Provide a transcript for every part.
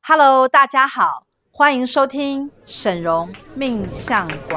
Hello， 大家好，欢迎收听沈荣命相馆。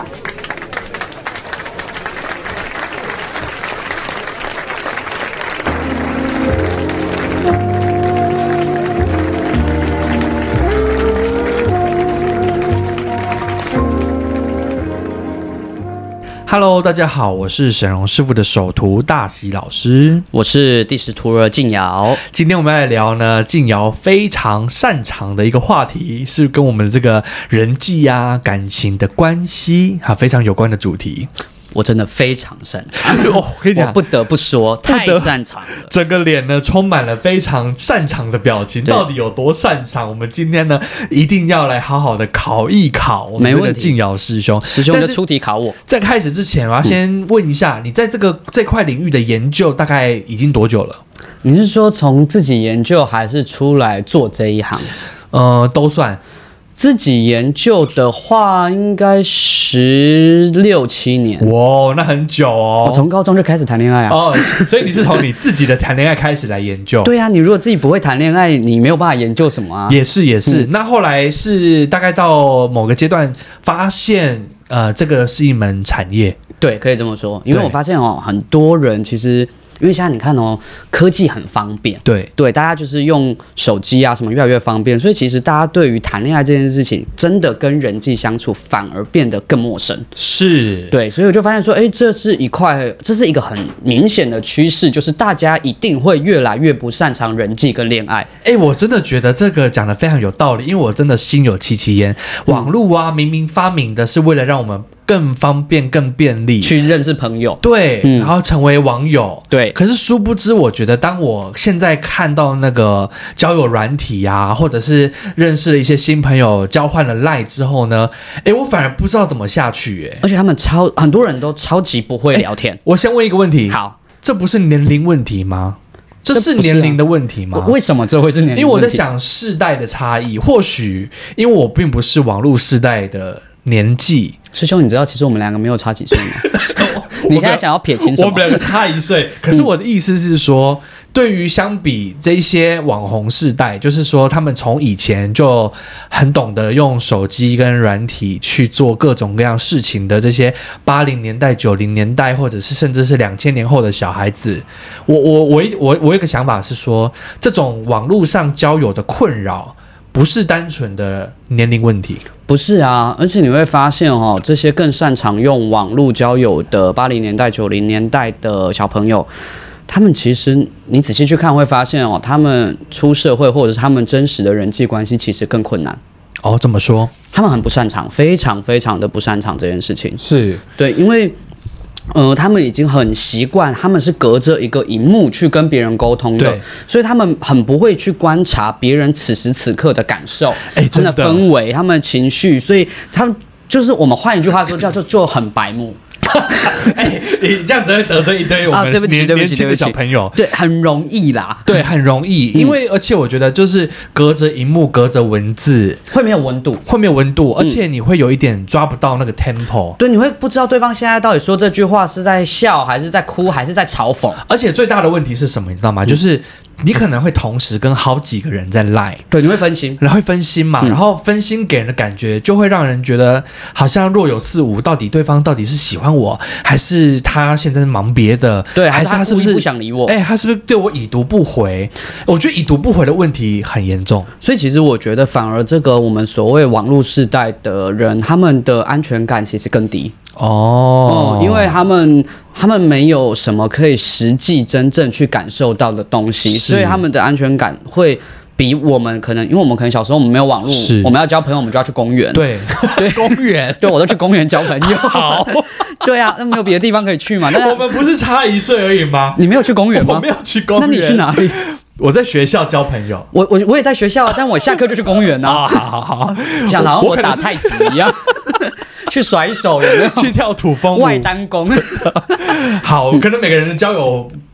Hello， 大家好，我是沈荣师傅的首徒大喜老师， 我是第十徒儿静瑶。 今天我们来聊呢，静瑶非常擅长的一个话题，是跟我们这个人际啊、感情的关系非常有关的主题。 我真的非常擅长我跟你讲， 我不得不说，太擅长了。 整个脸呢充满了非常擅长的表情，到底有多擅长？我们今天呢一定要来好好的考一考我们这个静瑶师兄。 师兄就出题考我。 在开始之前，我要先问一下，你在这块领域的研究大概已经多久了？ 你是说从自己研究还是出来做这一行？ 都算。 自己研究的话，应该16、17年。 哇，那很久哦！ 我从高中就开始谈恋爱啊。 哦，所以你是从你自己的谈恋爱开始来研究？ 对啊，你如果自己不会谈恋爱，你没有办法研究什么啊。 也是。那后来是大概到某个阶段，发现这个是一门产业。 对，可以这么说，因为我发现很多人其实。因为现在你看科技很方便，对，大家就是用手机啊什么越来越方便，所以其实大家对于谈恋爱这件事情，真的跟人际相处反而变得更陌生。 是， 对，所以我就发现说，这是一个很明显的趋势，就是大家一定会越来越不擅长人际跟恋爱。 我真的觉得这个讲得非常有道理，因为我真的心有戚戚焉。网络啊，明明发明的是为了让我们更方便、更便利去认识朋友， 对，然后成为网友， 对。 可是殊不知，我觉得当我现在看到那个交友软体啊，或者是认识了一些新朋友，交换了 LINE 之后呢，我反而不知道怎么下去， 而且他们很多人都超级不会聊天。 我先问一个问题， 好， 这不是年龄问题吗？这是年龄的问题吗？ 为什么这会是年龄问题？ 因为我在想世代的差异，或许因为我并不是网络世代的年纪。 师兄，你知道其实我们两个没有差几岁吗？你现在想要撇清什么？ 我们两个差1岁，可是我的意思是说，对于相比这一些网红世代，就是说他们从以前就很懂得用手机跟软体去做各种各样事情的这些80年代、90年代，或者是甚至是2000年后的小孩子，我有一个想法是说，这种网络上交友的困扰，不是单纯的年龄问题。 不是啊，而且你会发现这些更擅长用网络交友的80年代、90年代的小朋友，他们其实你仔细去看会发现他们出社会或者是他们真实的人际关系其实更困难。 怎么说？ 他们很不擅长，非常非常的不擅长这件事情。 是对，因为他们已经很习惯，他们是隔着一个荧幕去跟别人沟通的，所以他们很不会去观察别人此时此刻的感受，他们的氛围，他们的情绪，所以他们就是我们换一句话说，叫做就很白目。 你这样子会得罪一堆我们年轻的小朋友， 对，很容易啦， 对，很容易，因为而且我觉得就是隔着荧幕、隔着文字， 会没有温度， 而且你会有一点抓不到那个 tempo， 对，你会不知道对方现在到底说这句话是在笑，还是在哭，还是在嘲讽。 而且最大的问题是什么，你知道吗？就是你可能会同时跟好几个人在 LINE， 对，你会分心， 然后会分心嘛，然后分心给人的感觉就会让人觉得好像若有似无，到底对方到底是喜欢我，还是他现在是忙别的， 对， 还是他是不是不想理我？ 他是不是对我已读不回？我觉得已读不回的问题很严重， 所以其实我觉得反而这个我们所谓网络世代的人，他们的安全感其实更低。因为他们没有什么可以实际真正去感受到的东西，所以他们的安全感会比我们可能，因为我们可能小时候我们没有网络，我们要交朋友我们就要去公园， 对，公园， 对，我都去公园交朋友。 好， 对啊，那没有别的地方可以去嘛？ 我们不是差1岁而已吗？ 你没有去公园吗？ 我没有去公园， 那你去哪里？ 我在学校交朋友， 我也在学校，但我下课就去公园啊。 好， 讲好像我打太极一样。去甩手有没有？ 去跳土风舞、 外单弓。 好，可能每个人的交友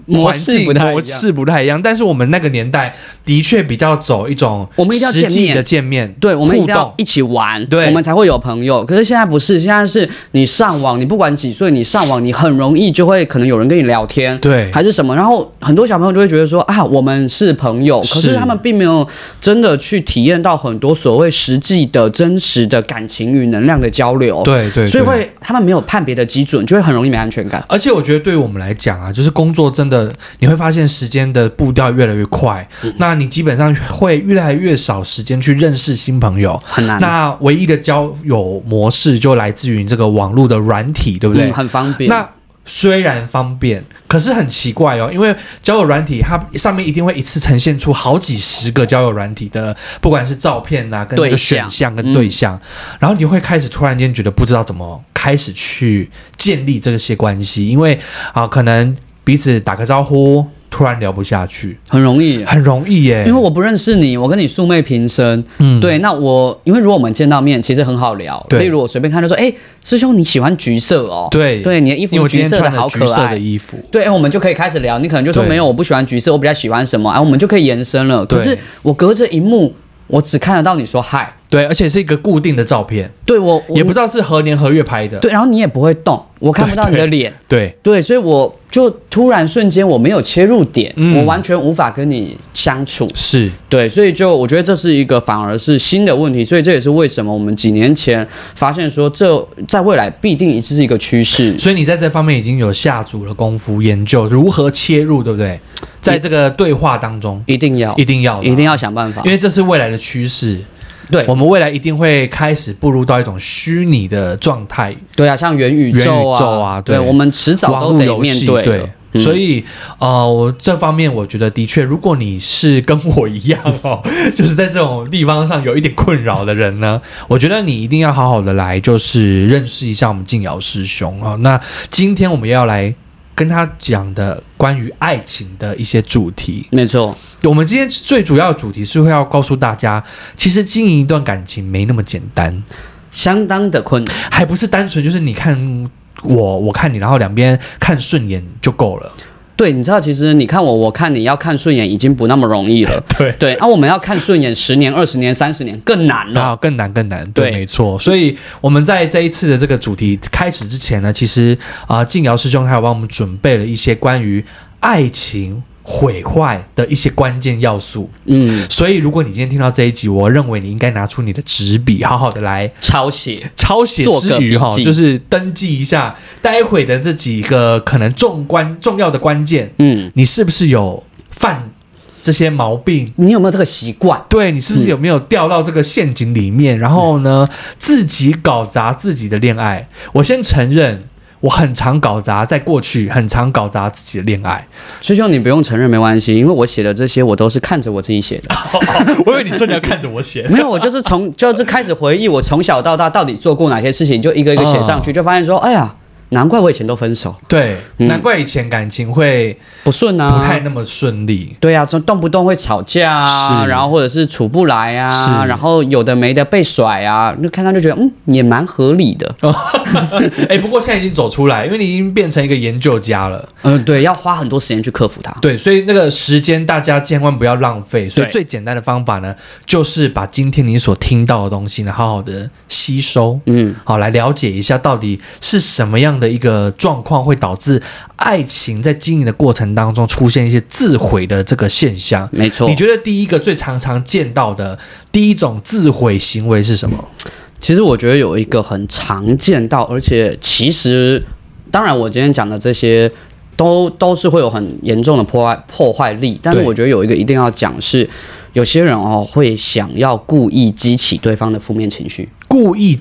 模式不太一样，但是我们那个年代的确比较走一种我们一定要实际的见面， 对，我们一定要一起玩，对，我们才会有朋友。可是现在不是，现在是你上网，你不管几岁，你上网，你很容易就会可能有人跟你聊天， 对， 还是什么，然后很多小朋友就会觉得说啊，我们是朋友，可是他们并没有真的去体验到很多所谓实际的真实的感情与能量的交流， 对， 所以他们没有判别的基准，就会很容易没安全感。 而且我觉得对于我们来讲啊，就是工作真的你会发现时间的步调越来越快，那你基本上会越来越少时间去认识新朋友， 很难。 那唯一的交友模式就来自于这个网络的软体，对不对？ 很方便。 那虽然方便，可是很奇怪哦，因为交友软体它上面一定会一次呈现出好几十个交友软体的，不管是照片啊，跟那个选项跟对象，然后你会开始突然间觉得不知道怎么开始去建立这些关系，因为可能彼此打个招呼，突然聊不下去， 很容易耶。因为我不认识你，我跟你素昧平生，对，那因为如果我们见到面，其实很好聊。例如我随便看就说，师兄你喜欢橘色哦，对，你的衣服橘色的好可爱， 橘色的衣服， 对，我们就可以开始聊。你可能就说没有，我不喜欢橘色，我比较喜欢什么，我们就可以延伸了。可是我隔着荧幕，我只看得到你说嗨。 对，而且是一个固定的照片， 对我也不知道是何年何月拍的， 对，然后你也不会动，我看不到你的脸，对，所以我就突然瞬间我没有切入点，我完全无法跟你相处， 是对，所以就我觉得这是一个反而是新的问题，所以这也是为什么我们几年前发现说这在未来必定是一个趋势， 所以你在这方面已经有下足了功夫研究如何切入，对不对？在这个对话当中， 一定要想办法， 因为这是未来的趋势。 对， 我们未来一定会开始步入到一种虚拟的状态。 对啊，像元宇宙啊，对，我们迟早都得面对。 对，所以这方面我觉得的确，如果你是跟我一样就是在这种地方上有一点困扰的人呢，我觉得你一定要好好的来，就是认识一下我们靖尧师兄啊。那今天我们要来跟他讲的关于爱情的一些主题， 没错。 我们今天最主要的主题是会要告诉大家，其实经营一段感情没那么简单， 相当的困难， 还不是单纯就是你看我看你，然后两边看顺眼就够了。 对，你知道，其实你看我看你要看顺眼已经不那么容易了。对，我们要看顺眼10年、20年、30年更难了， 更难。对，没错。所以我们在这一次的这个主题开始之前呢，其实靖尧师兄还有帮我们准备了一些关于爱情毁坏的一些关键要素，所以如果你今天听到这一集，我认为你应该拿出你的纸笔，好好的来抄写之余就是登记一下待会的这几个可能重要的关键，你是不是有犯这些毛病？ 你有没有这个习惯？ 对，你是不是有没有掉到这个陷阱里面，然后呢自己搞砸自己的恋爱？我先承认。我很常搞砸，在过去很常搞砸自己的恋爱。 师兄，你不用承认没关系，因为我写的这些我都是看着我自己写的。 我以为你说你要看着我写， 没有，我就是开始回忆我从小到大到底做过哪些事情，就一个一个写上去，就发现说，哎呀。难怪我以前都分手， 对，难怪以前感情会不顺啊， 不太那么顺利。 对啊，就动不动会吵架啊，然后或者是处不来啊，然后有的没的被甩啊，就看就觉得也蛮合理的。 不过现在已经走出来，因为你已经变成一个研究家了。 对，要花很多时间去克服它。 对，所以那个时间大家千万不要浪费。所以最简单的方法呢，就是把今天你所听到的东西呢，好好的吸收，好来了解一下到底是什么样的一个状况会导致爱情在经营的过程当中出现一些自毁的这个现象。 没错， 你觉得第一个最常见到的第一种自毁行为是什么？ 其实我觉得有一个很常见到，而且其实当然我今天讲的这些都是会有很严重的破坏力，但是我觉得有一个一定要讲是，有些人会想要故意激起对方的负面情绪，故意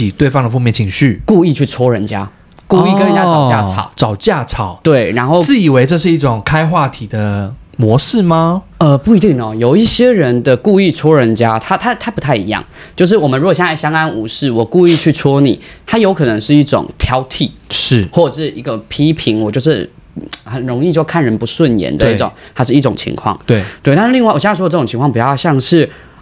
去戳人家，故意跟人家找架吵，对，然后自以为这是一种开话题的模式吗？ 不一定哦，有一些人的故意戳人家，他不太一样。就是我们如果现在相安无事，我故意去戳你，他有可能是一种挑剔， 是， 或者是一个批评，我就是很容易就看人不顺眼的一种，它是一种情况。对，但是另外我现在说的这种情况比较像是。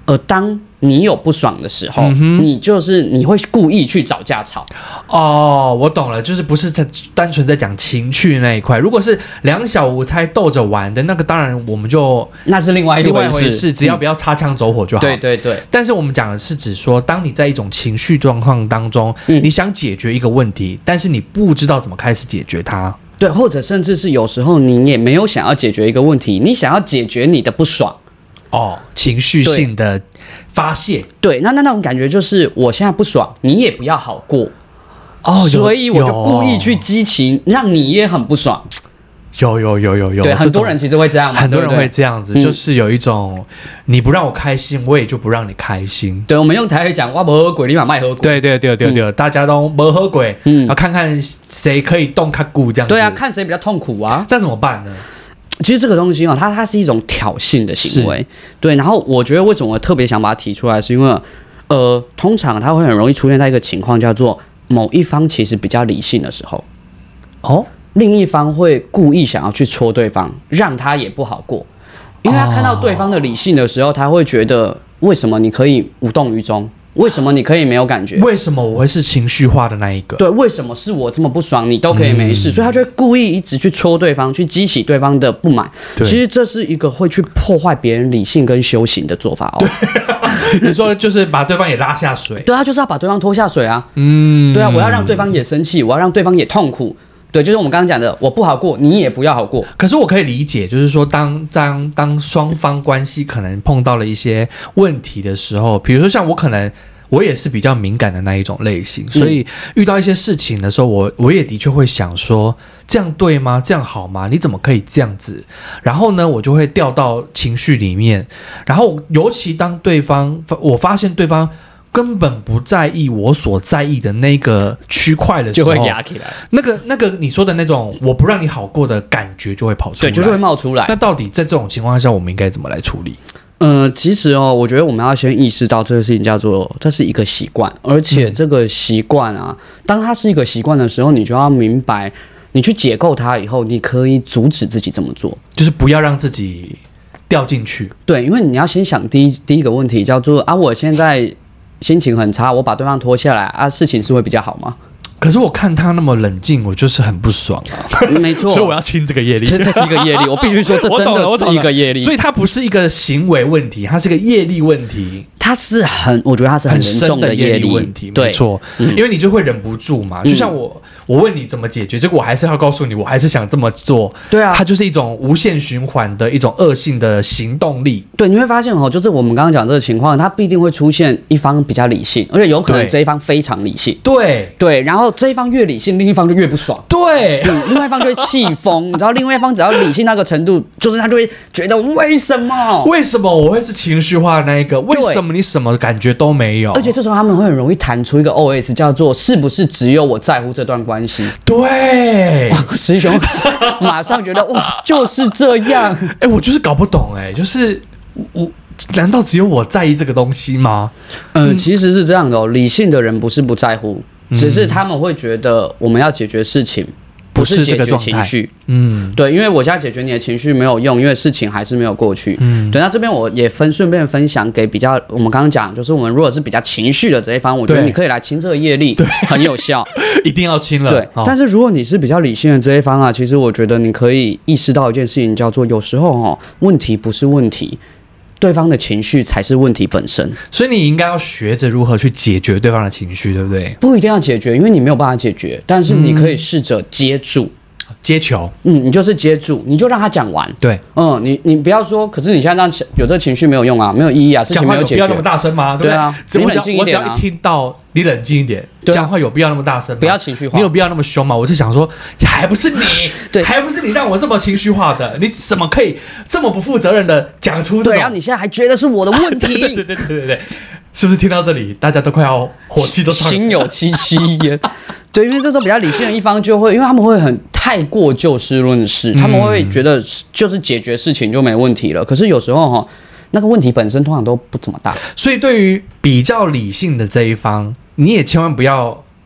当你有不爽的时候，你会故意去找架吵。 哦，我懂了，就是不是在单纯在讲情趣那一块。如果是两小无猜斗着玩的那个，当然我们就那是另外一回事， 只要不要擦枪走火就好。 对对对。 但是我们讲的是指说，当你在一种情绪状况当中，你想解决一个问题，但是你不知道怎么开始解决它。 对，或者甚至是有时候你也没有想要解决一个问题，你想要解决你的不爽。 情绪性的发泄。 对，那种感觉就是我现在不爽，你也不要好过。所以我就故意去激情，让你也很不爽。有， 对， 很多人其实会这样嘛， 很多人会这样子，就是有一种你不让我开心，我也就不让你开心。 对，我们用台语讲，我不喝鬼，你把卖喝鬼。 对，大家都不喝鬼，然后看看谁可以动卡骨这样子。 对啊，看谁比较痛苦啊。 那怎么办呢？ 其实这个东西它是一种挑衅的行为。对，然后我觉得为什么我特别想把它提出来，是因为通常它会很容易出现在一个情况，叫做某一方其实比较理性的时候，另一方会故意想要去戳对方，让他也不好过，因为他看到对方的理性的时候，他会觉得为什么你可以无动于衷？为什么你可以没有感觉？ 为什么我会是情绪化的那一个？ 对，为什么是我这么不爽，你都可以没事？所以他就会故意一直去戳对方，去激起对方的不满。其实这是一个会去破坏别人理性跟修行的做法哦。 你说就是把对方也拉下水？ 对，他就是要把对方拖下水啊。对啊，我要让对方也生气，我要让对方也痛苦。对，就是我们刚刚讲的，我不好过，你也不要好过。 可是我可以理解，就是说当双方关系可能碰到了一些问题的时候，比如说像我也是比较敏感的那一种类型，所以遇到一些事情的时候，我也的确会想说，这样对吗？这样好吗？你怎么可以这样子？然后呢，我就会掉到情绪里面，然后尤其当我发现对方根本不在意我所在意的那个区块的时候， 就会压起来。 那个你说的那种我不让你好过的感觉就会跑出来， 对，就是会冒出来。 那到底在这种情况下，我们应该怎么来处理？ 其实我觉得我们要先意识到这个事情叫做这是一个习惯，而且这个习惯啊，当它是一个习惯的时候，你就要明白，你去解构它以后，你可以阻止自己这么做， 就是不要让自己掉进去。 对，因为你要先想第一个问题叫做我现在心情很差，我把对方拖下来事情是会比较好吗？ 可是我看他那么冷静，我就是很不爽啊。 没错， 所以我要清这个业力。 这是一个业力，我必须说，这真的是一个业力。 所以它不是一个行为问题，它是个业力问题。 我觉得它是很严重的业力问题，没错。因为你就会忍不住嘛。就像我问你怎么解决，结果我还是要告诉你，我还是想这么做。 对啊， 它就是一种无限循环的一种恶性的行动力。 对，你会发现就是我们刚刚讲这个情况，它必定会出现一方比较理性，而且有可能这一方非常理性。对，然后这一方越理性，另一方就越不爽。 对， 另外一方就会气疯。你知道，另外一方只要理性那个程度，就是他就会觉得为什么我会是情绪化的那一个？为什么你什么感觉都没有？ 而且这时候他们会很容易弹出一个 OS， 叫做是不是只有我在乎这段关系？ 对， 石雄马上觉得哇，就是这样。 我就是搞不懂就是我。难道只有我在意这个东西吗？ 其实是这样的理性的人不是不在乎，只是他们会觉得我们要解决事情，不是解决情绪。对，因为我现在解决你的情绪没有用，因为事情还是没有过去。对，那这边我也顺便分享给我们刚刚讲，就是我们如果是比较情绪的这一方，我觉得你可以来清这个业力，很有效， 一定要清了。 对，但是如果你是比较理性的这一方啊，其实我觉得你可以意识到一件事情，叫做有时候问题不是问题。对方的情绪才是问题本身， 所以你应该要学着如何去解决对方的情绪，对不对？ 不一定要解决，因为你没有办法解决，但是你可以试着接住。 接球， 你就是接住，你就让他讲完。 对， 你不要说，可是你现在这样有这个情绪没有用啊，没有意义啊，事情没有解决。 讲话有必要那么大声吗？ 对啊， 你冷静一点啊。我只要一听到你冷静一点，讲话有必要那么大声吗？ 不要情绪化， 你有必要那么凶吗？我就想说，还不是你，对，还不是你让我这么情绪化的，你怎么可以这么不负责任的讲出这种？ 对，然后你现在还觉得是我的问题？ 对。是不是听到这里，大家都快要火气都上来了， 心有戚戚焉？对，因为这时候比较理性的一方就会，因为他们会太过就事论事，他们会觉得就是解决事情就没问题了。可是有时候那个问题本身通常都不怎么大。 所以对于比较理性的这一方，你也千万不要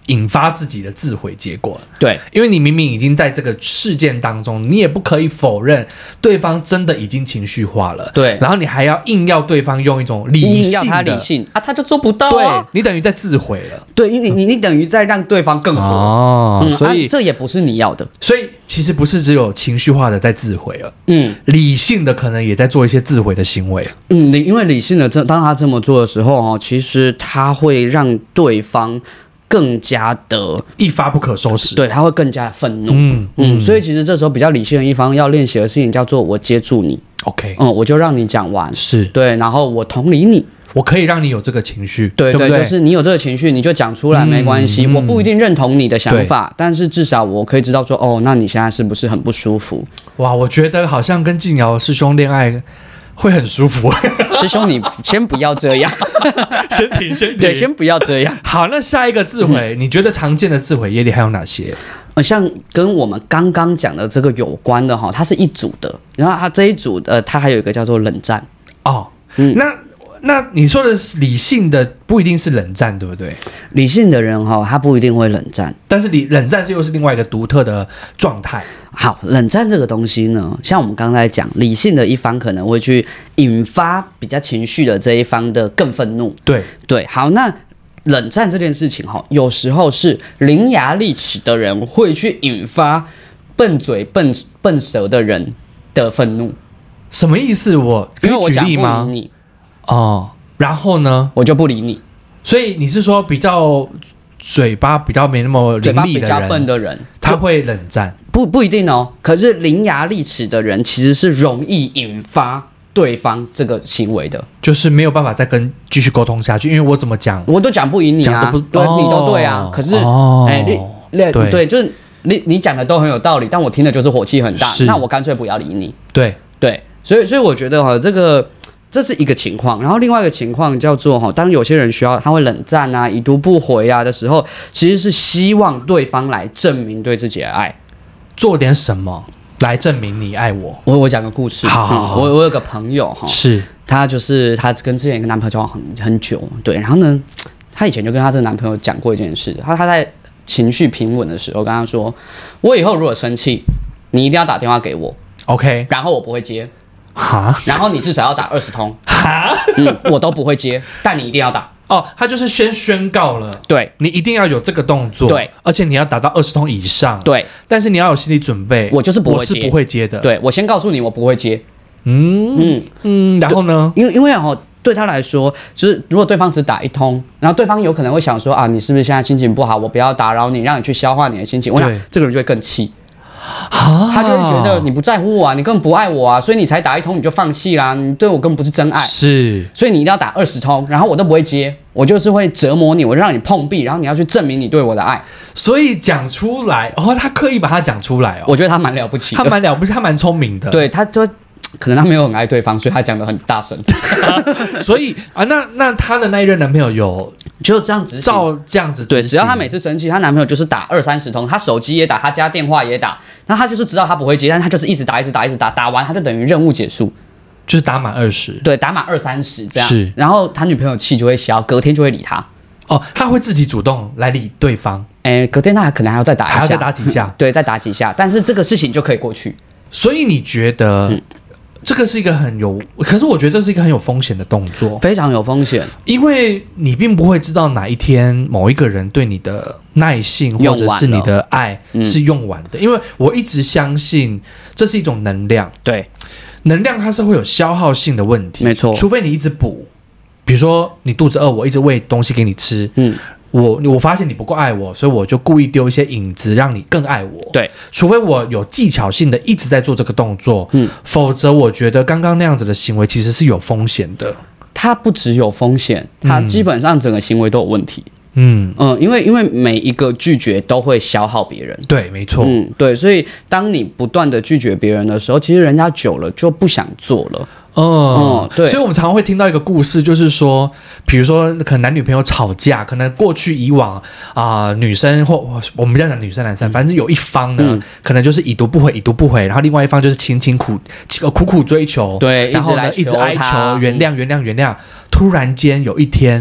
引发自己的自毁结果。 对， 因为你明明已经在这个事件当中，你也不可以否认对方真的已经情绪化了。 对， 然后你还要硬要对方用一种理性的， 硬要他理性啊，他就做不到啊。 对，你等于在自毁了。 对，你等于在让对方更火。所以、这也不是你要的。 所以其实不是只有情绪化的在自毁了，理性的可能也在做一些自毁的行为。 因为理性的当他这么做的时候，其实他会让对方更加的一发不可收拾， 对，他会更加的愤怒。所以其实这时候比较理性的一方要练习的事情叫做我接住你 ，OK， 我就让你讲完， 是对，然后我同理你。 我可以让你有这个情绪， 对， 就是你有这个情绪，你就讲出来没关系。我不一定认同你的想法，但是至少我可以知道说，哦，那你现在是不是很不舒服？ 哇，我觉得好像跟靖尧师兄恋爱会很舒服。 师兄，你先不要这样， 先停， 对，先不要这样。 好，那下一个自毁，你觉得常见的自毁业力还有哪些？ 像跟我们刚刚讲的这个有关的它是一组的，然后它这一组它还有一个叫做冷战哦，那你说的是理性的不一定是冷战，对不对？ 理性的人他不一定会冷战， 但是冷战又是另外一个独特的状态。 好，冷战这个东西呢，像我们刚才讲，理性的一方可能会去引发比较情绪的这一方的更愤怒。对，好，那冷战这件事情有时候是伶牙俐齿的人会去引发笨嘴笨舌的人的愤怒。 什么意思？我可以举例吗？哦，然后呢， 我就不理你。 所以你是说比较嘴巴比较没那么伶俐的人， 嘴巴比较笨的人， 他会冷战？ 不一定哦。可是伶牙俐齿的人其实是容易引发对方这个行为的，就是没有办法再继续沟通下去，因为我怎么讲， 我都讲不赢你啊， 对，你都对啊。可是，对，就是你讲的都很有道理，但我听的就是火气很大，那我干脆不要理你。对，所以我觉得这是一个情况，然后另外一个情况叫做当有些人需要他会冷战啊、已读不回啊的时候，其实是希望对方来证明对自己的爱，做点什么来证明你爱我。我讲个故事，好，我有个朋友是她跟之前一个男朋友交往很久，对，然后呢，她以前就跟她这个男朋友讲过一件事，她在情绪平稳的时候跟他说，我以后如果生气，你一定要打电话给我 ，OK， 然后我不会接。然后你至少要打20通，我都不会接，但你一定要打。哦，他就是先宣告了，对，你一定要有这个动作，对，而且你要打到20通以上，对，但是你要有心理准备，我就是不会接的，对，我先告诉你我不会接，然后呢？因为对他来说，就是如果对方只打1通，然后对方有可能会想说啊，你是不是现在心情不好？我不要打扰你，让你去消化你的心情，我想这个人就会更气。他就会觉得你不在乎我啊，你根本不爱我啊，所以你才打1通你就放弃啦，你对我根本不是真爱，是，所以你一定要打20通，然后我都不会接，我就是会折磨你，我让你碰壁，然后你要去证明你对我的爱，所以讲出来，他刻意把它讲出来哦，我觉得他蛮了不起的，他蛮聪明的，对，他就可能他没有很爱对方，所以他讲得很大声，所以啊，那他的那一任男朋友有就这样子照这样子，对，只要他每次生气，他男朋友就是打20-30通，他手机也打，他家电话也打，那他就是知道他不会接，但他就是一直打，打完他就等于任务结束，就是打满20，对，打满20-30这样，是，然后他女朋友气就会消，隔天就会理他。哦，他会自己主动来理对方，隔天他可能还要再打一下，还要再打几下，对，再打几下，但是这个事情就可以过去。所以你觉得？这个是一个可是我觉得这是一个很有风险的动作，非常有风险，因为你并不会知道哪一天某一个人对你的耐性或者是你的爱是用完的，因为我一直相信这是一种能量，对，能量它是会有消耗性的问题，没错，除非你一直补，比如说你肚子饿，我一直喂东西给你吃，我发现你不够爱我，所以我就故意丢一些影子让你更爱我。对，除非我有技巧性的一直在做这个动作，否则我觉得刚刚那样子的行为其实是有风险的。它不只有风险，它基本上整个行为都有问题。因为每一个拒绝都会消耗别人。对，没错。对，所以当你不断的拒绝别人的时候，其实人家久了就不想做了。对，所以我们常常会听到一个故事，就是说，比如说可能男女朋友吵架，可能过去以往女生或我们不要讲女生男生，反正有一方呢，可能就是已读不回，然后另外一方就是苦苦追求，对，然后呢一直哀求原谅，突然间有一天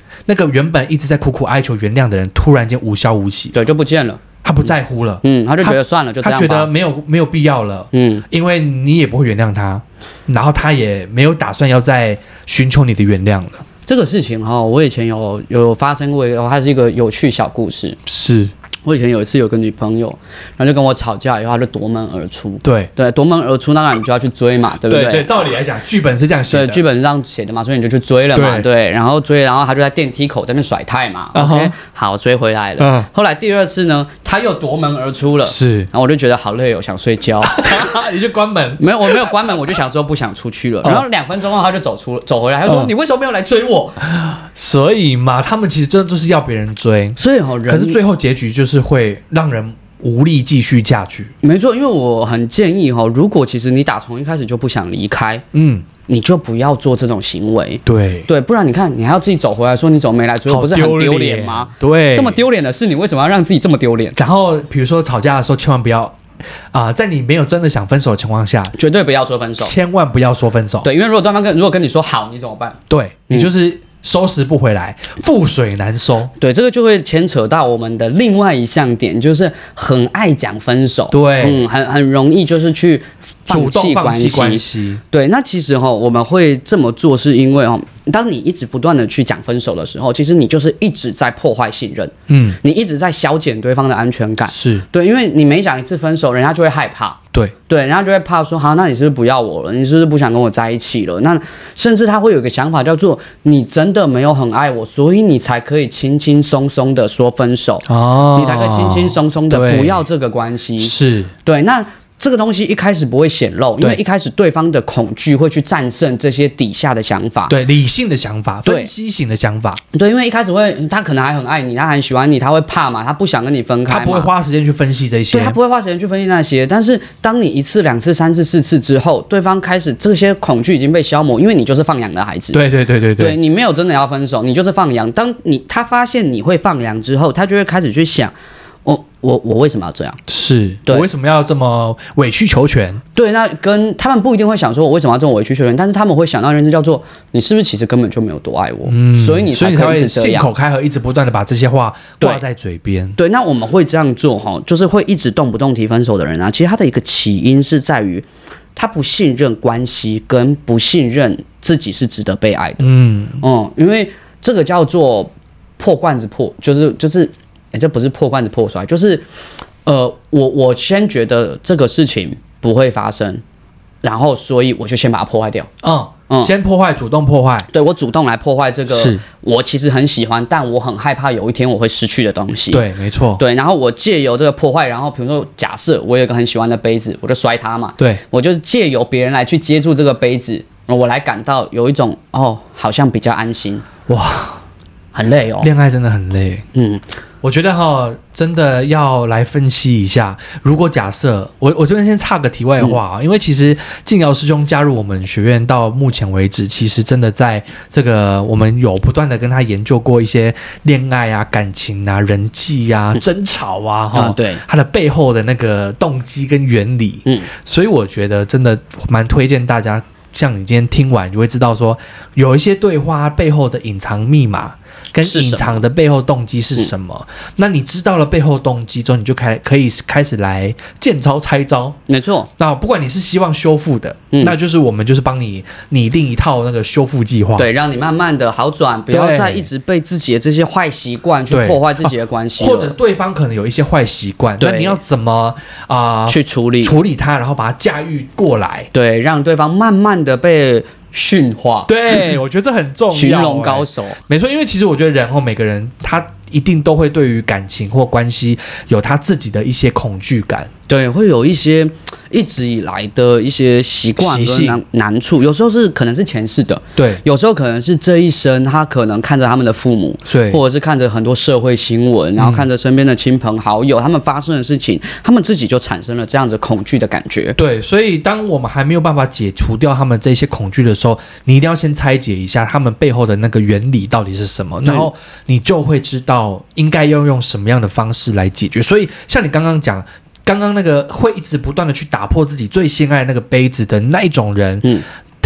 那个原本一直在苦苦哀求原谅的人，突然间无消无息， 对，就不见了。 他不在乎了， 他就觉得算了，就这样吧。 他觉得没有必要了，因为你也不会原谅他，然后他也没有打算要再寻求你的原谅了。 这个事情我以前有发生过，它是一个有趣小故事。 是。 我以前有一次有个女朋友，然后就跟我吵架，以后她就夺门而出。 对， 夺门而出，当然你就要去追嘛，对不对？ 对，道理来讲，剧本是这样写的， 对，剧本是这样写的嘛，所以你就去追了嘛，对，然后他就在电梯口这边甩态嘛，OK， 好，追回来了。后来第二次呢，他又夺门而出了， 是， 然后我就觉得好累哦，想睡觉， 你就关门？ 没有，我没有关门，我就想说不想出去了。然后2分钟后他就走回来，他说你为什么没有来追我？ 所以嘛，他们其实真的就是要别人追， 所以可是最后结局就是会让人无力继续下去。 没错，因为我很建议如果其实你打从一开始就不想离开，你就不要做这种行为。对，不然你看，你还要自己走回来说你怎么没来追我，不是很丢脸吗？对，这么丢脸的事，你为什么要让自己这么丢脸？ 然后比如说吵架的时候，千万不要在你没有真的想分手的情况下， 绝对不要说分手， 千万不要说分手。 对，因为如果对方如果跟你说好，你怎么办？对， 你就是收拾不回来，覆水难收。 对，这个就会牵扯到我们的另外一项点，就是很爱讲分手。对，很容易就是去主动放弃关系。 对，那其实我们会这么做，是因为当你一直不断的去讲分手的时候，其实你就是一直在破坏信任。你一直在消减对方的安全感。是对，因为你每讲一次分手，人家就会害怕。对，人家就会怕说，好，那你是不是不要我了？你是不是不想跟我在一起了？那甚至他会有一个想法叫做，你真的没有很爱我，所以你才可以轻轻松松的说分手。你才可以轻轻松松的不要这个关系。是对，那这个东西一开始不会显露，因为一开始对方的恐惧会去战胜这些底下的想法，对， 理性的想法，分析型的想法， 对，因为一开始他可能还很爱你，他很喜欢你，他会怕嘛，他不想跟你分开嘛， 他不会花时间去分析这些， 对，他不会花时间去分析那些。但是当你1次、2次、3次、4次之后，对方开始这些恐惧已经被消磨，因为你就是放羊的孩子，对，你没有真的要分手，你就是放羊。当他发现你会放羊之后，他就会开始去想。我为什么要这样？ 是我为什么要这么委曲求全？ 对，那跟他们不一定会想说我为什么要这么委曲求全，但是他们会想到一件事叫做你是不是其实根本就没有多爱我，所以你才会信口开河，一直不断的把这些话挂在嘴边。 对，那我们会这样做就是会一直动不动提分手的人啊，其实他的一个起因是在于他不信任关系，跟不信任自己是值得被爱的。因为这个叫做破罐子破，就是这不是破罐子破摔，就是我先觉得这个事情不会发生，然后所以我就先把它破坏掉。 先破坏，主动破坏。 对，我主动来破坏这个我其实很喜欢，但我很害怕有一天我会失去的东西。 对，没错。 对，然后我借由这个破坏，然后比如说假设我有一个很喜欢的杯子，我就摔它嘛。对，我就是借由别人来去接住这个杯子，我来感到有一种好像比较安心。哇，很累哦， 恋爱真的很累。我觉得真的要来分析一下。如果假设我这边先插个题外话因为其实靖尧师兄加入我们学院到目前为止，其实真的在这个我们有不断的跟他研究过一些恋爱啊、感情啊、人际啊、争吵啊，对他的背后的那个动机跟原理。所以我觉得真的蛮推荐大家。像你今天听完，就会知道说，有一些对话背后的隐藏密码跟隐藏的背后动机是什么。那你知道了背后动机之后，你就可以开始来见招拆招。 没错。 那不管你是希望修复的，那就是我们就是帮你拟定一套那个修复计划， 对，让你慢慢的好转，不要再一直被自己的这些坏习惯去破坏自己的关系， 或者对方可能有一些坏习惯，那你要怎么去处理它，然后把它驾驭过来， 对，让对方慢慢的被驯化。 对，我觉得这很重要。 寻龙高手， 没错，因为其实我觉得人每个人他一定都会对于感情或关系有他自己的一些恐惧感。 对，会有一些一直以来的一些习惯跟难处，有时候是可能是前世的，对，有时候可能是这一生他可能看着他们的父母，对，或者是看着很多社会新闻，然后看着身边的亲朋好友他们发生的事情，他们自己就产生了这样子恐惧的感觉。 对，所以当我们还没有办法解除掉他们这些恐惧的时候，你一定要先拆解一下他们背后的那个原理到底是什么，然后你就会知道应该要用什么样的方式来解决。所以像你刚刚那个会一直不断的去打破自己最心爱的那个杯子的那一种人，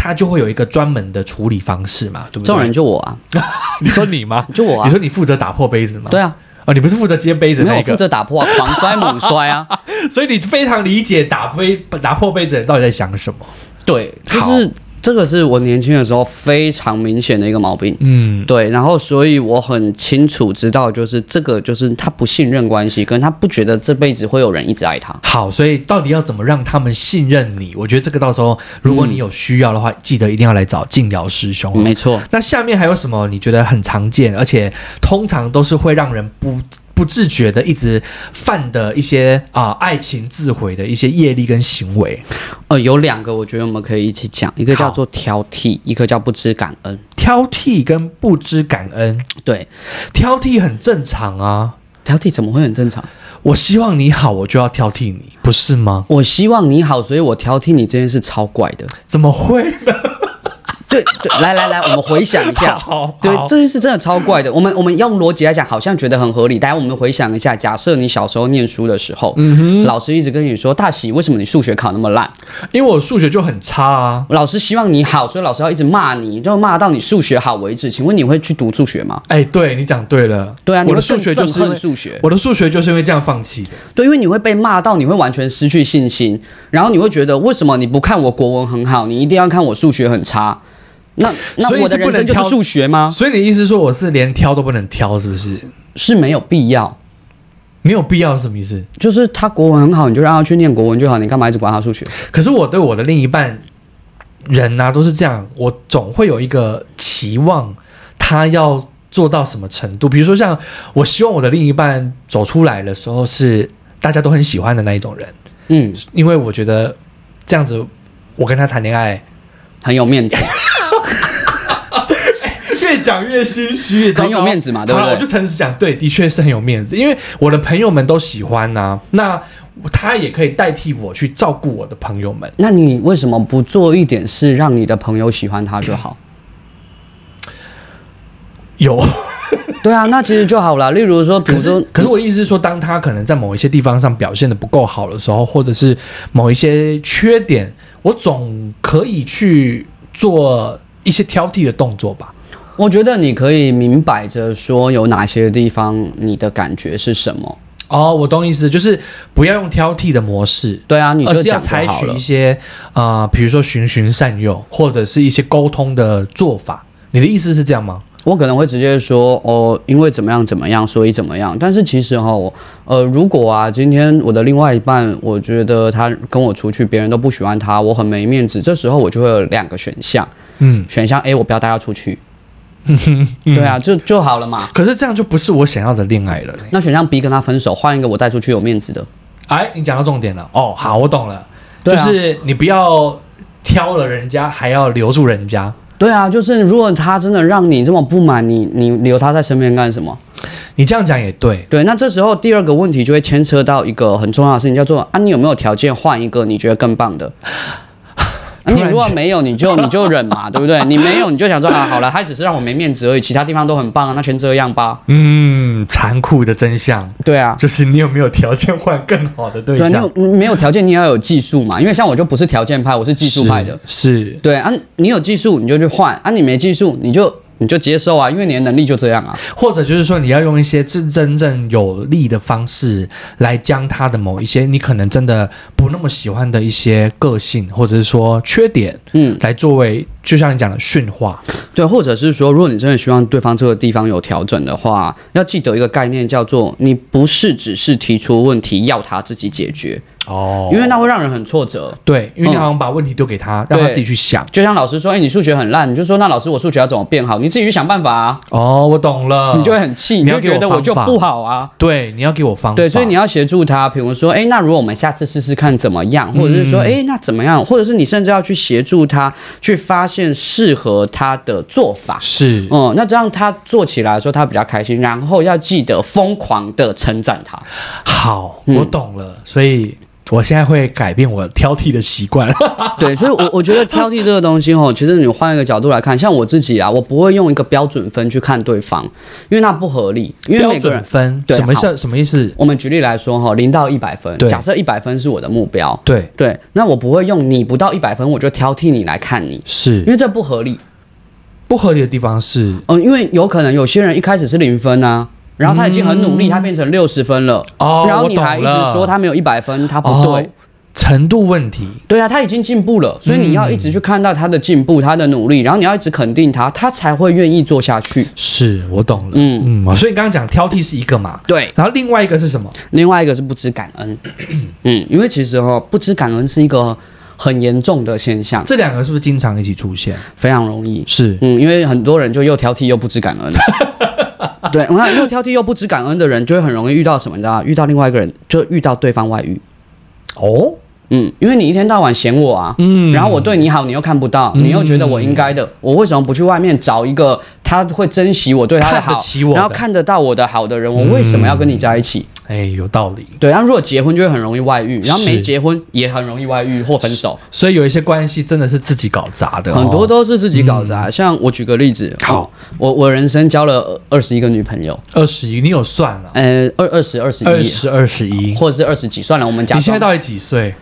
他就会有一个专门的处理方式嘛，对不对？ 这种人就我啊， 你说你吗？ 就我啊， 你说你负责打破杯子吗？ 对啊， 哦，你不是负责接杯子那个， 没有负责打破啊，狂摔猛摔啊， 所以你非常理解打破杯子的人到底在想什么。 对，就是这个是我年轻的时候非常明显的一个毛病。对，然后所以我很清楚知道，就是这个就是他不信任关系，跟他不觉得这辈子会有人一直爱他。 好，所以到底要怎么让他们信任你？我觉得这个到时候如果你有需要的话，记得一定要来找静瑶师兄。 没错。 那下面还有什么你觉得很常见，而且通常都是会让人不自觉的一直犯的一些爱情自毁的一些业力跟行为？ 有2个，我觉得我们可以一起讲，一个叫做挑剔，一个叫不知感恩。 挑剔跟不知感恩， 对， 挑剔很正常啊。 挑剔怎么会很正常？ 我希望你好，我就要挑剔你，不是吗？ 我希望你好，所以我挑剔你这件事超怪的。 怎么会呢？ 对，来，我们回想一下。对，这件事真的超怪的。我们用逻辑来讲，好像觉得很合理。大家我们回想一下，假设你小时候念书的时候，老师一直跟你说，大喜，为什么你数学考那么烂？ 因为我数学就很差啊。 老师希望你好，所以老师要一直骂你，就骂到你数学好为止。请问你会去读数学吗？ 对，你讲对了。 对啊， 我的数学就是因为数学， 我的数学就是因为这样放弃的。 对，因为你会被骂到，你会完全失去信心，然后你会觉得，为什么你不看我国文很好，你一定要看我数学很差？那我的人生就是数学吗？ 所以你的意思是说我是连挑都不能挑，是不是？ 是没有必要。 没有必要是什么意思？ 就是他国文很好，你就让他去念国文就好，你干嘛一直管他数学？ 可是我对我的另一半人啊都是这样，我总会有一个期望，他要做到什么程度？比如说像我希望我的另一半走出来的时候是大家都很喜欢的那一种人，因为我觉得这样子我跟他谈恋爱很有面子。 越讲越心虚， 很有面子嘛，对不对？ 我就诚实讲，对，的确是很有面子，因为我的朋友们都喜欢啊，那他也可以代替我去照顾我的朋友们。 那你为什么不做一点事，让你的朋友喜欢他就好？ 有。 对啊，那其实就好了。例如说，比如说， 可是我的意思是说，当他可能在某一些地方上表现得不够好的时候，或者是某一些缺点，我总可以去做一些挑剔的动作吧。 我觉得你可以明摆着说有哪些地方你的感觉是什么。 我懂意思，就是不要用挑剔的模式， 对啊，你就而是要采取一些比如说循循善诱，或者是一些沟通的做法。你的意思是这样吗？ 我可能会直接说因为怎么样怎么样，所以怎么样。但是其实如果今天我的另外一半，我觉得他跟我出去，别人都不喜欢他，我很没面子，这时候我就会有2个选项。选项 A， 我不要带他出去。对啊，就好了嘛。 可是这样就不是我想要的恋爱了。 那选项 B 跟他分手，换一个我带出去有面子的。 你讲到重点了。好，我懂了。就是你不要挑了人家，还要留住人家。 对啊，就是如果他真的让你这么不满，你留他在身边干什么？ 你这样讲也对。 对，那这时候第2个问题就会牵扯到一个很重要的事情，叫做你有没有条件换一个你觉得更棒的？你如果没有，你就忍嘛，对不对？你没有，你就想说好了，他只是让我没面子而已，其他地方都很棒啊，那先这样吧。 残酷的真相。 对啊， 就是你有没有条件换更好的对象？ 对，你没有条件，你也要有技术嘛。因为像我就不是条件派，我是技术派的。 是。 对啊，你有技术你就去换啊，你没技术你就接受啊，因为你的能力就这样啊。 或者就是说，你要用一些真正有利的方式来将他的某一些你可能真的不那么喜欢的一些个性，或者是说缺点，来作为就像你讲的驯化。对， 或者是说，如果你真的希望对方这个地方有调整的话，要记得一个概念，叫做你不是只是提出问题要他自己解决。因为那会让人很挫折。 对，因为你好像把问题丢给他，让他自己去想。 就像老师说，你数学很烂，你就说那老师我数学要怎么变好？你自己去想办法啊。 我懂了。 你就会很气，你就觉得我就不好啊。 对，你要给我方法。 对，所以你要协助他，比如说，那如果我们下次试试看怎么样，或者是说，那怎么样，或者是你甚至要去协助他去发现适合他的做法。 是， 那这样他做起来的时候他比较开心，然后要记得疯狂的称赞他。 好，我懂了，所以我现在会改变我挑剔的习惯。 对，所以我觉得挑剔这个东西其实你换一个角度来看，像我自己啊，我不会用一个标准分去看对方，因为那不合理。因为每个人标准分什么意思？ 我们举例来说0到100分，假设100分是我的目标， 对， 那我不会用你不到100分我就挑剔你来看你， 是因为这不合理。 不合理的地方是， 因为有可能有些人一开始是0分啊。然后他已经很努力，他变成60分了，然后你还一直说他没有100分，他不对， 程度问题。 对啊，他已经进步了，所以你要一直去看到他的进步，他的努力，然后你要一直肯定他，他才会愿意做下去。 是我懂了，所以你刚刚讲挑剔是一个嘛， 对， 然后另外一个是什么？ 另外一个是不知感恩，因为其实不知感恩是一个很严重的现象。 这两个是不是经常一起出现？ 非常容易， 是， 因为很多人就又挑剔又不知感恩。对，我看又挑剔又不知感恩的人，就会很容易遇到什么？你知道吗？遇到另外一个人，就遇到对方外遇。因为你一天到晚嫌我啊，然后我对你好，你又看不到，你又觉得我应该的，我为什么不去外面找一个他会珍惜我对他的好，然后看得到我的好的人？我为什么要跟你在一起？ 有道理。 对，然后如果结婚就会很容易外遇，然后没结婚也很容易外遇或分手。 所以有一些关系真的是自己搞砸的， 很多都是自己搞砸。像我举个例子，好，我人生交了21个女朋友 ，21，你有算了 ？21，或者是20几，算了，我们假。 你现在到底几岁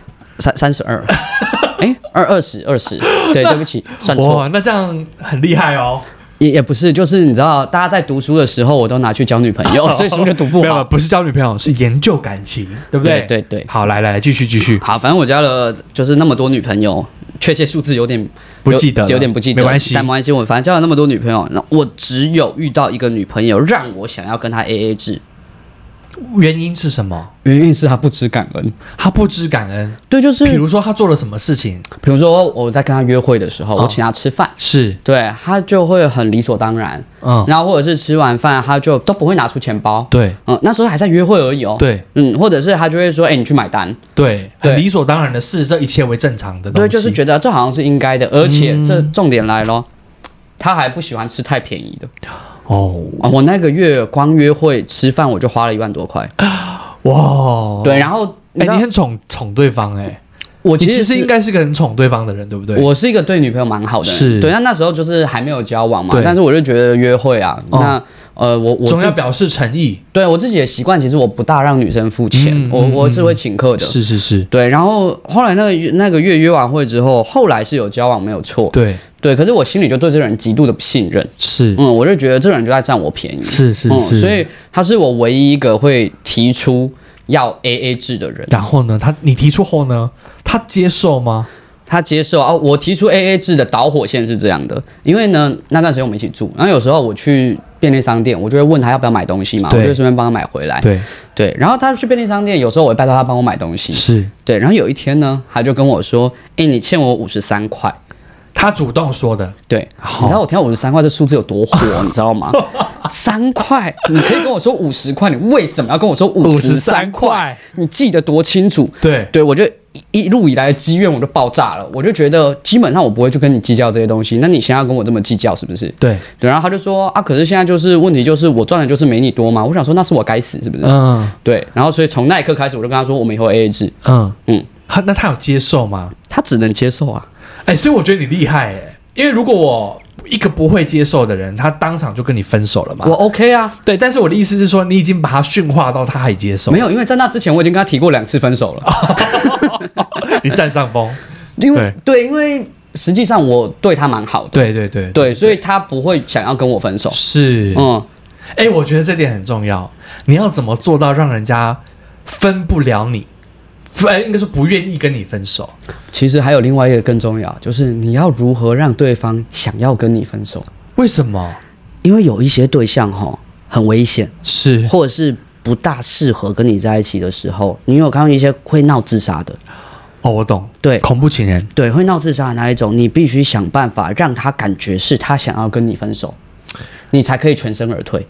？32。20，对不起，算错。 哇，那这样很厉害哦。 也不是，就是你知道，大家在读书的时候，我都拿去交女朋友，所以书就读不好。 没有，不是交女朋友，是研究感情，对不对？ 对。 好，来，继续。 好，反正我交了就是那么多女朋友，确切数字有点不记得， 有点不记得， 没关系， 但没关系。我反正交了那么多女朋友，那我只有遇到一个女朋友让我想要跟她 AA 制。 原因是什么？ 原因是他不知感恩。 他不知感恩， 对，就是比如说他做了什么事情， 比如说我在跟他约会的时候，我请他吃饭， 是对他就会很理所当然，然后或者是吃完饭他就都不会拿出钱包， 对， 那时候还在约会而已哦， 对， 或者是他就会说，你去买单， 对，很理所当然的事，这一切为正常的东西， 对，就是觉得这好像是应该的，而且这重点来咯，他还不喜欢吃太便宜的。我那个月光约会吃饭我就花了1万多块，哇！对，然后你很宠对方我其实应该是个很宠对方的人，对不对？ 我是一个对女朋友蛮好的人， 是对。 那时候就是还没有交往嘛，但是我就觉得约会啊，那我总要表示诚意。 对我自己的习惯，其实我不大让女生付钱，我只会请客的。 是。 对，然后后来那个月约完会之后，后来是有交往没有错。对，可是我心里就对这个人极度的不信任， 是， 我就觉得这个人就在占我便宜， 是， 所以他是我唯一一个会提出要 AA 制的人。 然后呢，你提出后呢，他接受吗？ 他接受啊，我提出 AA 制的导火线是这样的，因为呢那段时间我们一起住，然后有时候我去便利商店，我就会问他要不要买东西嘛，我就顺便帮他买回来。对，然后他去便利商店，有时候我会拜托他帮我买东西， 是对。 然后有一天呢，他就跟我说：“你欠我53块。” 他主动说的， 对，你知道我听到53块这数字有多火，你知道吗？3块，你可以跟我说50块，你为什么要跟我说53块？你记得多清楚？对，我就一路以来的积怨我就爆炸了，我就觉得基本上我不会去跟你计较这些东西，那你现在要跟我这么计较是不是？对，然后他就说啊，可是现在就是问题就是我赚的就是没你多嘛，我想说那是我该死是不是？对，然后所以从那一刻开始我就跟他说我们以后 AA 制。 那他有接受吗？ 他只能接受啊。 所以我觉得你厉害因为如果我一个不会接受的人，他当场就跟你分手了嘛。 我 OK 啊， 对，但是我的意思是说，你已经把他驯化到他还接受。 没有，因为在那之前我已经跟他提过2次分手了。 你占上风， 因为实际上我对他蛮好的。对，所以他不会想要跟我分手。 是，我觉得这点很重要。你要怎么做到让人家分不了你？应该说不愿意跟你分手。 其实还有另外一个更重要，就是你要如何让对方想要跟你分手。 为什么？ 因为有一些对象很危险， 是， 或者是不大适合跟你在一起的时候，你有看到一些会闹自杀的。 我懂。 对， 恐怖情人。 对，会闹自杀的那一种，你必须想办法让他感觉是他想要跟你分手，你才可以全身而退。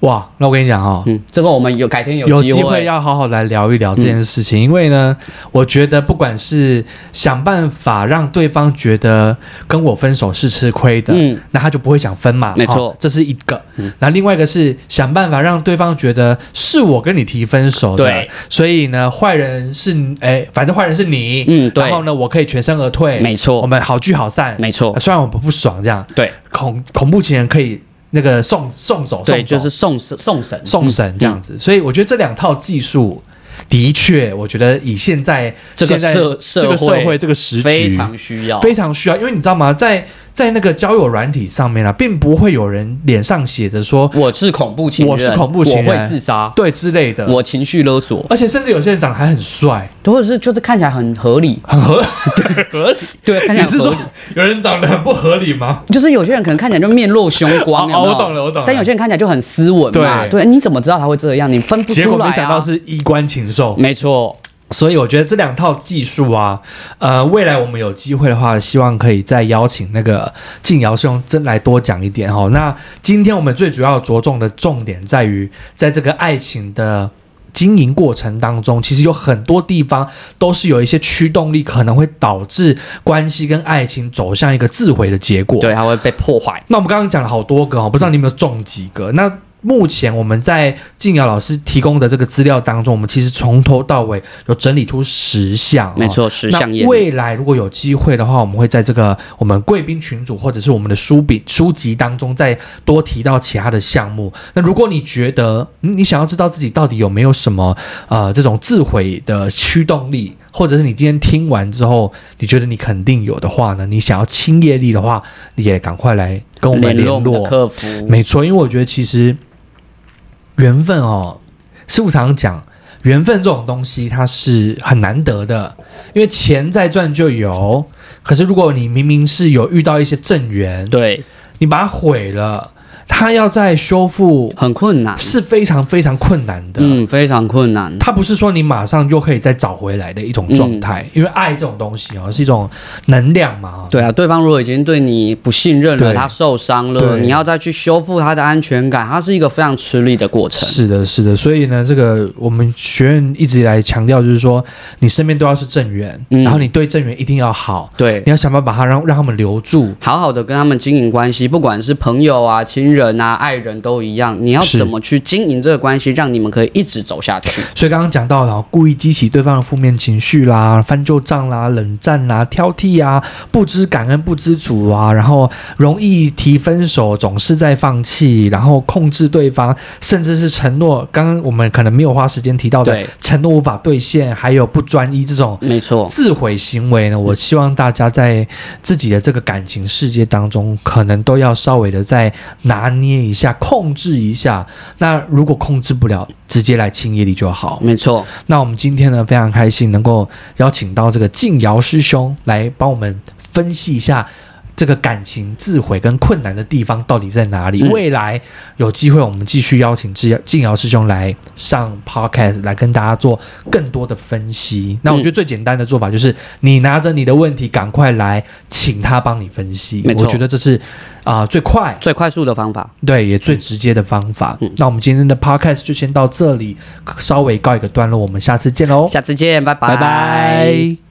哇，那我跟你讲哦， 这个我们改天有机会要好好来聊一聊这件事情，因为呢，我觉得不管是想办法让对方觉得跟我分手是吃亏的，那他就不会想分嘛， 没错， 这是一个。那另外一个是想办法让对方觉得是我跟你提分手的， 对， 所以呢，坏人是反正坏人是你， 对， 然后呢，我可以全身而退， 没错， 我们好聚好散， 没错， 虽然我们不爽这样， 对， 恐怖情人可以。那个送走， 对，就是送神这样子，所以我觉得这两套技术的确，我觉得以现在这个社会这个时局非常需要， 因为你知道吗，在那个交友软体上面啊，并不会有人脸上写着说我是恐怖情人，我会自杀， 对之类的， 我情绪勒索， 而且甚至有些人长得还很帅， 或者是就是看起来很合理，对，看起来你是说有人长得很不合理吗？ 就是有些人可能看起来就面露凶光， 我懂了， 但有些人看起来就很斯文嘛，对，你怎么知道他会这样？你分不出来啊。 结果没想到是衣冠禽兽， 没错。 所以我觉得这两套技术啊，未来我们有机会的话，希望可以再邀请那个静瑶师兄真来多讲一点哦。那今天我们最主要着重的重点在于，在这个爱情的经营过程当中，其实有很多地方都是有一些驱动力，可能会导致关系跟爱情走向一个自毁的结果。 对，它会被破坏。 那我们刚刚讲了好多个哦，不知道你有没有中几个？那目前我们在静瑶老师提供的这个资料当中，我们其实从头到尾有整理出10项， 没错，10项业。 那未来如果有机会的话，我们会在这个我们贵宾群组或者是我们的书籍当中再多提到其他的项目。那如果你觉得你想要知道自己到底有没有什么这种自毁的驱动力，或者是你今天听完之后你觉得你肯定有的话呢，你想要清业力的话，你也赶快来跟我们联络客服。 没错，因为我觉得其实缘分哦，师父常常讲，缘分这种东西它是很难得的，因为钱再赚就有，可是如果你明明是有遇到一些正缘， 对， 你把它毁了，它要再修复很困难， 是非常非常困难的， 非常困难。 它不是说你马上就可以再找回来的一种状态，因为爱这种东西哦是一种能量嘛。 对啊，对方如果已经对你不信任了，他受伤了，你要再去修复他的安全感，它是一个非常吃力的过程。 是的，是的。所以呢，这个我们学院一直以来强调就是说，你身边都要是正缘，然后你对正缘一定要好， 对， 你要想办法把它让他们留住， 好好的跟他们经营关系，不管是朋友啊、亲人啊、爱人都一样，你要怎么去经营这个关系，让你们可以一直走下去。 所以刚刚讲到了，故意激起对方的负面情绪啦、翻旧账啦、冷战啦、挑剔啊、不知感恩、不知足啊，然后容易提分手，总是在放弃，然后控制对方，甚至是承诺，刚刚我们可能没有花时间提到的承诺无法兑现，还有不专一这种没错自毁行为呢，我希望大家在自己的这个感情世界当中，可能都要稍微的再拿捏一下，控制一下。那如果控制不了，直接来清业力就好。 没错。 那我们今天呢，非常开心能够邀请到这个静瑶师兄来帮我们分析一下这个感情自毁跟困难的地方到底在哪里。未来有机会我们继续邀请静瑶师兄来上 podcast 来跟大家做更多的分析。那我觉得最简单的做法就是你拿着你的问题赶快来请他帮你分析，我觉得这是最快速的方法， 对，也最直接的方法。那我们今天的 podcast 就先到这里，稍微告一个段落，我们下次见喽， 下次见，拜拜。 拜拜。